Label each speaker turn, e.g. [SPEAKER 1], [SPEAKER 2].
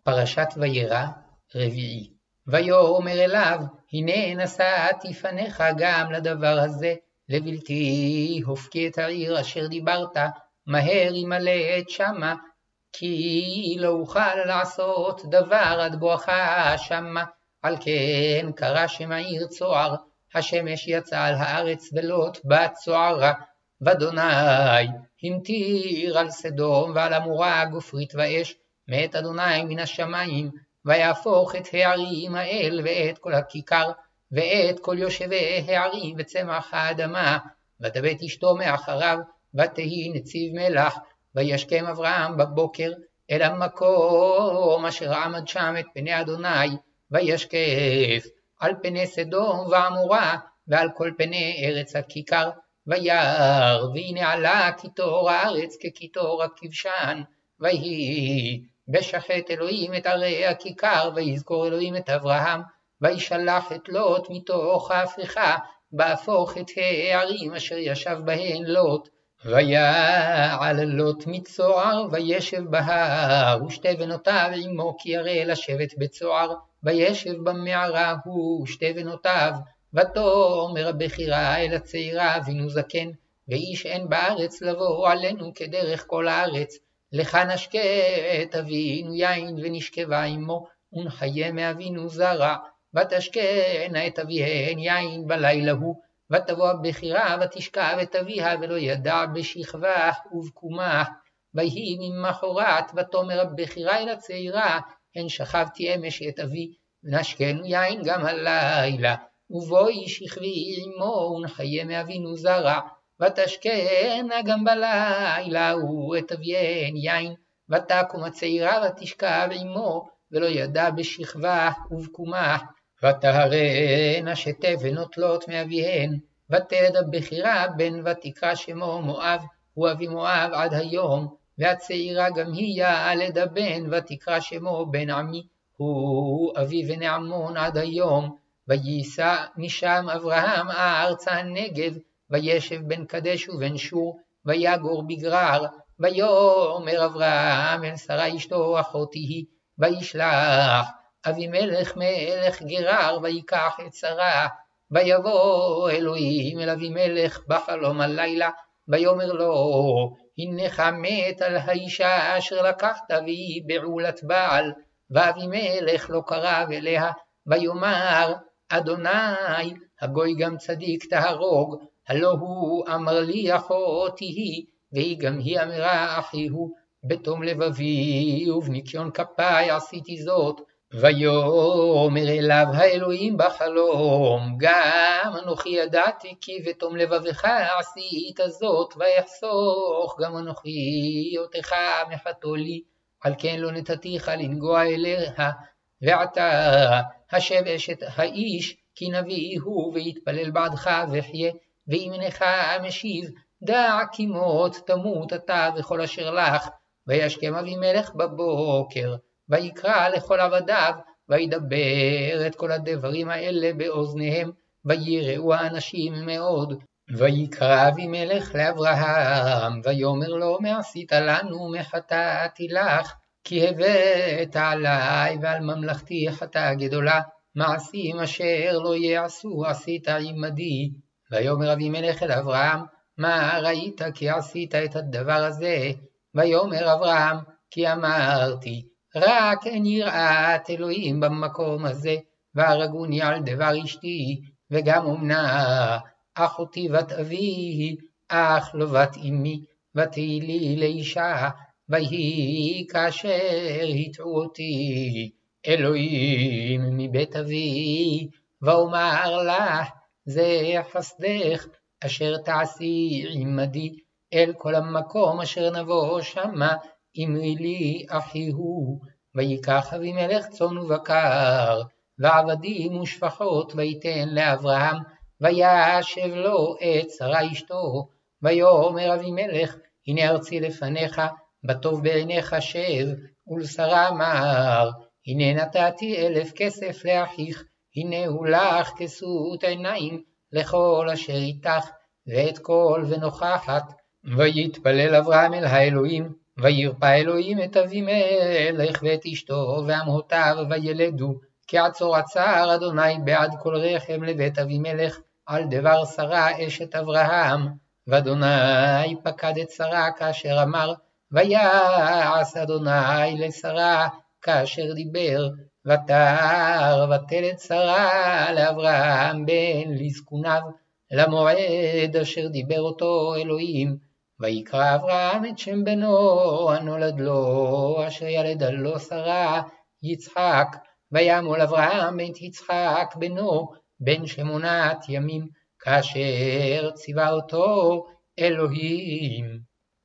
[SPEAKER 1] פרשת וירא רביעי. ויאמר אליו, הנה נשאתי פניך גם לדבר הזה, לבלתי הופקי את העיר אשר דיברת, מהר ימלא את שמה, כי לא אוכל לעשות דבר עד בואך שמה. על כן קרא שם העיר צוער, השמש יצא על הארץ ולוט בת צוערה. ואדוני המטיר על סדום ועל עמורה גופרית ואש, מאת אדוני מן השמיים, ויהפוך את הערים האל ואת כל הכיכר, ואת כל יושבי הערים וצמח האדמה. ותבט אשתו מאחריו, ותהי נציב מלח. וישכם אברהם בבוקר אל המקום אשר עמד שם את פני אדוני, וישקף על פני סדום ועמורה ועל כל פני ארץ הכיכר. וירא והנה עלה קיטור הארץ כקיטור הכבשן, ויהי בשחט אלוהים את ערי הכיכר, ויזכור אלוהים את אברהם, וישלח את לוט מתוך ההפכה, בהפוך את הערים אשר ישב בהן לוט. ויעל לוט מצוער וישב בהר, ושתי בנותיו עמו, כי ירא לשבת בצוער. וישב במערה הוא ושתי בנותיו. ותאמר הבכירה אל הצעירה, אבינו זקן, ואיש אין בארץ לבוא עלינו כדרך כל הארץ. לך נשקה את אבינו יין ונשכבה עמו, ונחיה מאבינו זרע. ותשקנה את אביהן יין בלילה הוא. ותבוא הבכירה ותשכב את אביה, ולא ידע בשכבה ובקומה. ויהי ממחרת, ותאמר הבכירה אל הצעירה, הן שכבתי אמש את אבי, ונשקנו יין גם הלילה. ובואי שכבי עמו, ונחיה מאבינו זרע. ותשקנה גם בלילה הוא את אביהן יין. ותקום הצעירה ותשכב עמו, ולא ידע בשכבה ובקומה. ותהרנה שתי בנות לוט מאביהן. ותלד הבכירה בן, ותקרא שמו מואב, הוא אבי מואב עד היום. והצעירה גם היא ילד הבן, ותקרא שמו בן עמי, הוא אבי בני עמון עד היום. וייסע משם אברהם ארצה הנגב, וישב בין קדש ובין שור, ויגור בגרר. ויאמר אברהם אל שרה אשתו אחותי היא, וישלח אבימלך מלך גרר, ויקח את שרה. ויבוא אלוהים אל אבימלך בחלום הלילה, ויאמר לו, הנך מת על האישה אשר לקחת, והיא בעולת בעל. ואבימלך לא קרב אליה, ויאמר, אדוני הגוי גם צדיק תהרוג, הלא הוא אמר לי אחותי היא, והיא גם היא אמרה אחי הוא. בתום לבבי ובניקיון כפיי עשיתי זאת. ויאמר אליו האלוהים בחלום, גם אנוכי ידעתי כי בתום לבבך עשית זאת, ויחסוך גם אנוכי אותך מחתו לי, על כן לא נתתיך לנגוע אליה. ועתה השב אשת האיש, כי נביא הוא, ויתפלל בעדך וחיה. ואם אינך משיב, דע כי מות תמות אתה וכל אשר לך. וישכם אבימלך בבוקר, ויקרא לכל עבדיו, וידבר את כל הדברים האלה באוזניהם, ויראו האנשים מאוד. ויקרא אבימלך לאברהם, ויאמר לו, מה עשית לנו? מחטאתי לך, כי הבאת עלי ועל ממלכתי חטאה גדולה. מעשים אשר לא יעשו עשית עמדי. ויאמר אבימלך אל אברהם, מה ראית כי עשית את הדבר הזה? ויאמר אברהם, כי אמרתי, רק אין יראת אלוהים במקום הזה, והרגוני על דבר אשתי, וגם אומנה אחותי בת אבי, אך לא בת אמי, ותהי לי לאישה. ויהי כאשר הטעו אותי אלוהים מבית אבי, ואומר לה, זה חסדך אשר תעשי עמדי, אל כל המקום אשר נבוא שמה, אמרי לי אחי הוא. ויקח אבימלך צאן ובקר, ועבדים ושפחות, ויתן לאברהם, וישב לו את שרה אשתו. ויאמר אבימלך, הנה ארצי לפניך, בטוב בעיניך שב. ולשרה אמר, הנה נתתי 1,000 כסף לאחיך, הנה הוא לך כסות עיניים לכל אשר איתך, ואת כל ונוכחת. ויתפלל אברהם אל האלוהים, וירפא אלוהים את אבימלך ואת אשתו ואמהותיו וילדו, כי עצור עצר אדוני בעד כל רחם לבית אבימלך על דבר שרה אשת אברהם. ואדוני פקד את שרה כאשר אמר, ויעש אדוני לשרה כאשר דיבר, ותלד שרה לאברהם בן לזקוניו למועד אשר דיבר אותו אלוהים. ויקרא אברהם את שם בנו הנולד לו אשר ילדה לו שרה יצחק, וימול אברהם את יצחק בנו בן 8 ימים כאשר ציווה אותו אלוהים.